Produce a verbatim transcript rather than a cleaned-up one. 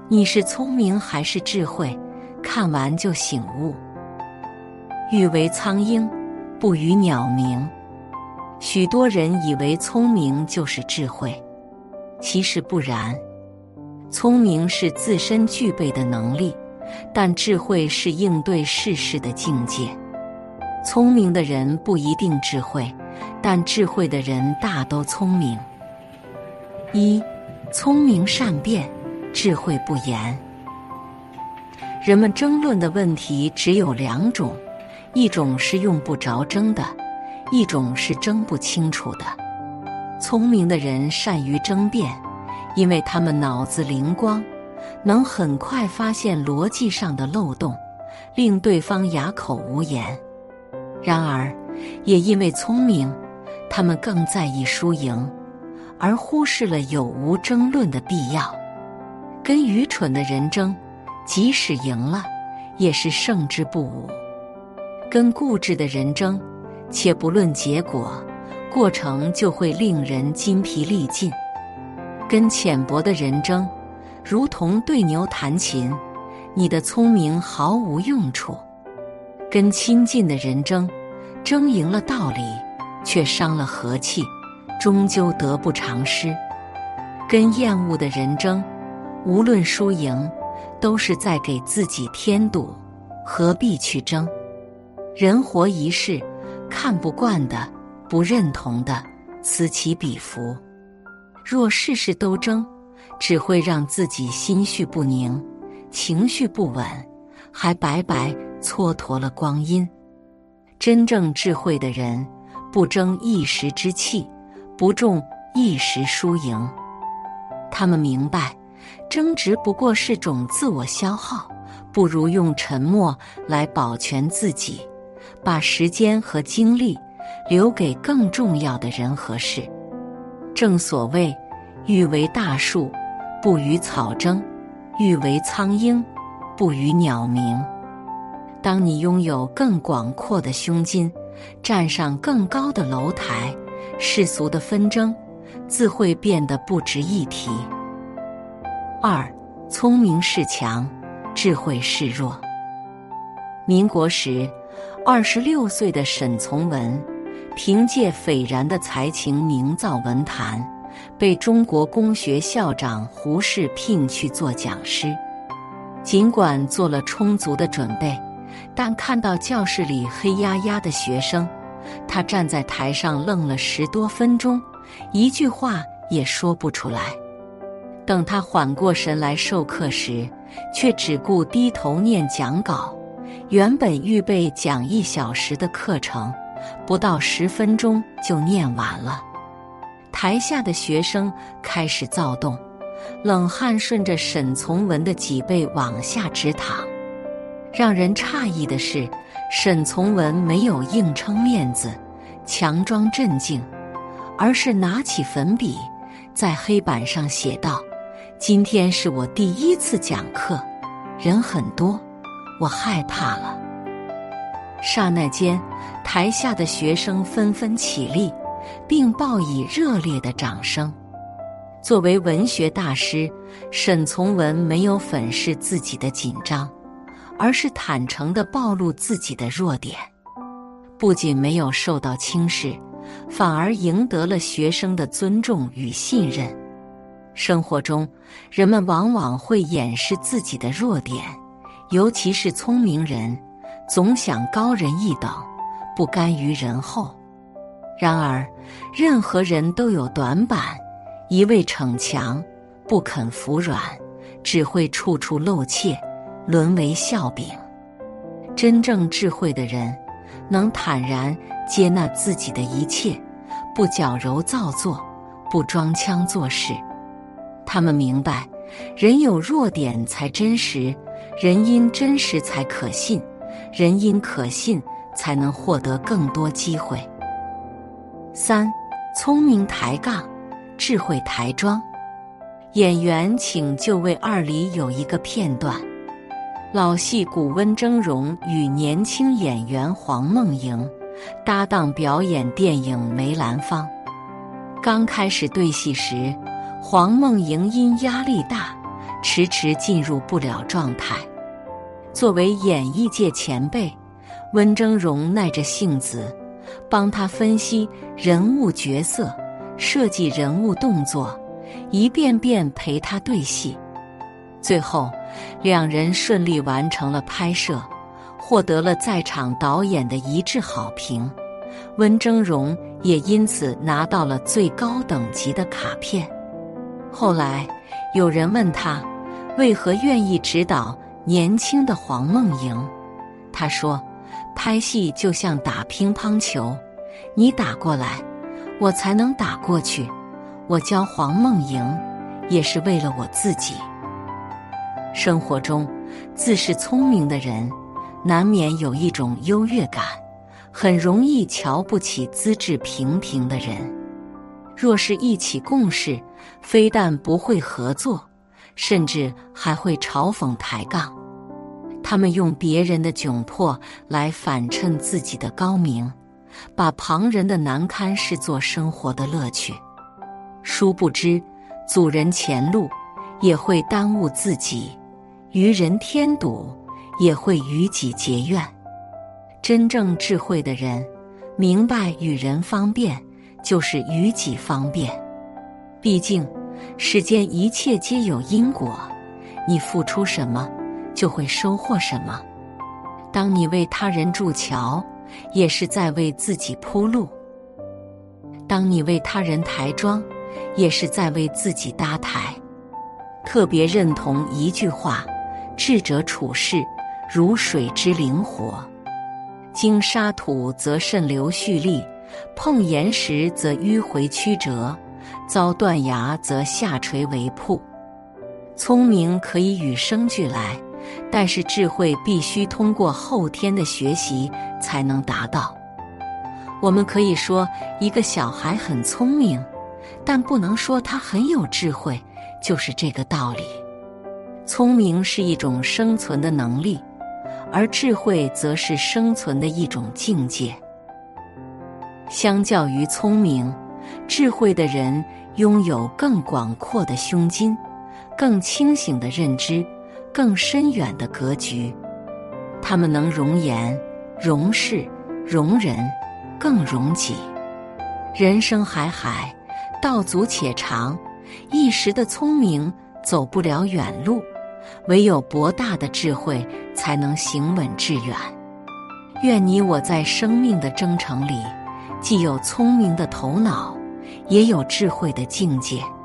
你是聪明还是智慧？看完就醒悟。欲为苍鹰，不与鸟鸣。许多人以为聪明就是智慧，其实不然。聪明是自身具备的能力，但智慧是应对世事的境界。聪明的人不一定智慧，但智慧的人大都聪明。一，聪明善辩，智慧不言。人们争论的问题只有两种，一种是用不着争的，一种是争不清楚的。聪明的人善于争辩，因为他们脑子灵光，能很快发现逻辑上的漏洞，令对方哑口无言。然而，也因为聪明，他们更在意输赢，而忽视了有无争论的必要。跟愚蠢的人争，即使赢了，也是胜之不武。跟固执的人争，且不论结果，过程就会令人筋疲力尽。跟浅薄的人争，如同对牛弹琴，你的聪明毫无用处。跟亲近的人争，争赢了道理，却伤了和气，终究得不偿失。跟厌恶的人争，无论输赢，都是在给自己添堵，何必去争？人活一世，看不惯的，不认同的，此起彼伏。若事事都争，只会让自己心绪不宁，情绪不稳，还白白蹉跎了光阴。真正智慧的人，不争一时之气，不重一时输赢。他们明白，争执不过是种自我消耗，不如用沉默来保全自己，把时间和精力留给更重要的人和事。正所谓，欲为大树，不与草争；欲为苍鹰，不与鸟鸣。当你拥有更广阔的胸襟，站上更高的楼台，世俗的纷争自会变得不值一提。二，聪明是强，智慧是弱。民国时，二十六岁的沈从文凭借斐然的才情名噪文坛，被中国工学校长胡适聘去做讲师。尽管做了充足的准备，但看到教室里黑压压的学生，他站在台上愣了十多分钟，一句话也说不出来。等他缓过神来授课时，却只顾低头念讲稿。原本预备讲一小时的课程，不到十分钟就念完了。台下的学生开始躁动，冷汗顺着沈从文的脊背往下直淌。让人诧异的是，沈从文没有硬撑面子，强装镇静，而是拿起粉笔，在黑板上写道：今天是我第一次讲课，人很多，我害怕了。刹那间，台下的学生纷纷起立，并报以热烈的掌声。作为文学大师，沈从文没有粉饰自己的紧张，而是坦诚地暴露自己的弱点。不仅没有受到轻视，反而赢得了学生的尊重与信任。生活中，人们往往会掩饰自己的弱点，尤其是聪明人，总想高人一等，不甘于人后。然而，任何人都有短板，一味逞强，不肯服软，只会处处露怯，沦为笑柄。真正智慧的人，能坦然接纳自己的一切，不矫揉造作，不装腔作势。他们明白，人有弱点才真实，人因真实才可信，人因可信才能获得更多机会。三，聪明抬杠，智慧抬桩。演员请就位二里有一个片段，老戏骨温峥嵘与年轻演员黄梦莹搭档表演电影《梅兰芳》。刚开始对戏时，黄梦莹因压力大， 迟迟进入不了状态。作为演艺界前辈，温峥嵘耐着性子，帮他分析人物角色，设计人物动作，一遍遍陪他对戏。最后，两人顺利完成了拍摄，获得了在场导演的一致好评。温峥嵘也因此拿到了最高等级的卡片。后来，有人问他，为何愿意指导年轻的黄梦莹？他说，拍戏就像打乒乓球，你打过来，我才能打过去。我教黄梦莹，也是为了我自己。生活中，自恃聪明的人，难免有一种优越感，很容易瞧不起资质平平的人。若是一起共事，非但不会合作，甚至还会嘲讽抬杠。他们用别人的窘迫来反衬自己的高明，把旁人的难堪视作生活的乐趣。殊不知，阻人前路也会耽误自己，于人添堵也会与己结怨。真正智慧的人，明白与人方便就是与己方便。毕竟，世间一切皆有因果，你付出什么，就会收获什么。当你为他人筑桥，也是在为自己铺路；当你为他人抬桩，也是在为自己搭台。特别认同一句话：智者处事如水之灵活，经沙土则渗流蓄力，碰岩石则迂回曲折，遭断崖则下垂为瀑。聪明可以与生俱来，但是智慧必须通过后天的学习才能达到。我们可以说一个小孩很聪明，但不能说他很有智慧，就是这个道理。聪明是一种生存的能力，而智慧则是生存的一种境界。相较于聪明，智慧的人拥有更广阔的胸襟，更清醒的认知，更深远的格局。他们能容颜、容事、容人，更容己。人生海海，道阻且长，一时的聪明走不了远路，唯有博大的智慧才能行稳致远。愿你我在生命的征程里，既有聪明的头脑，也有智慧的境界。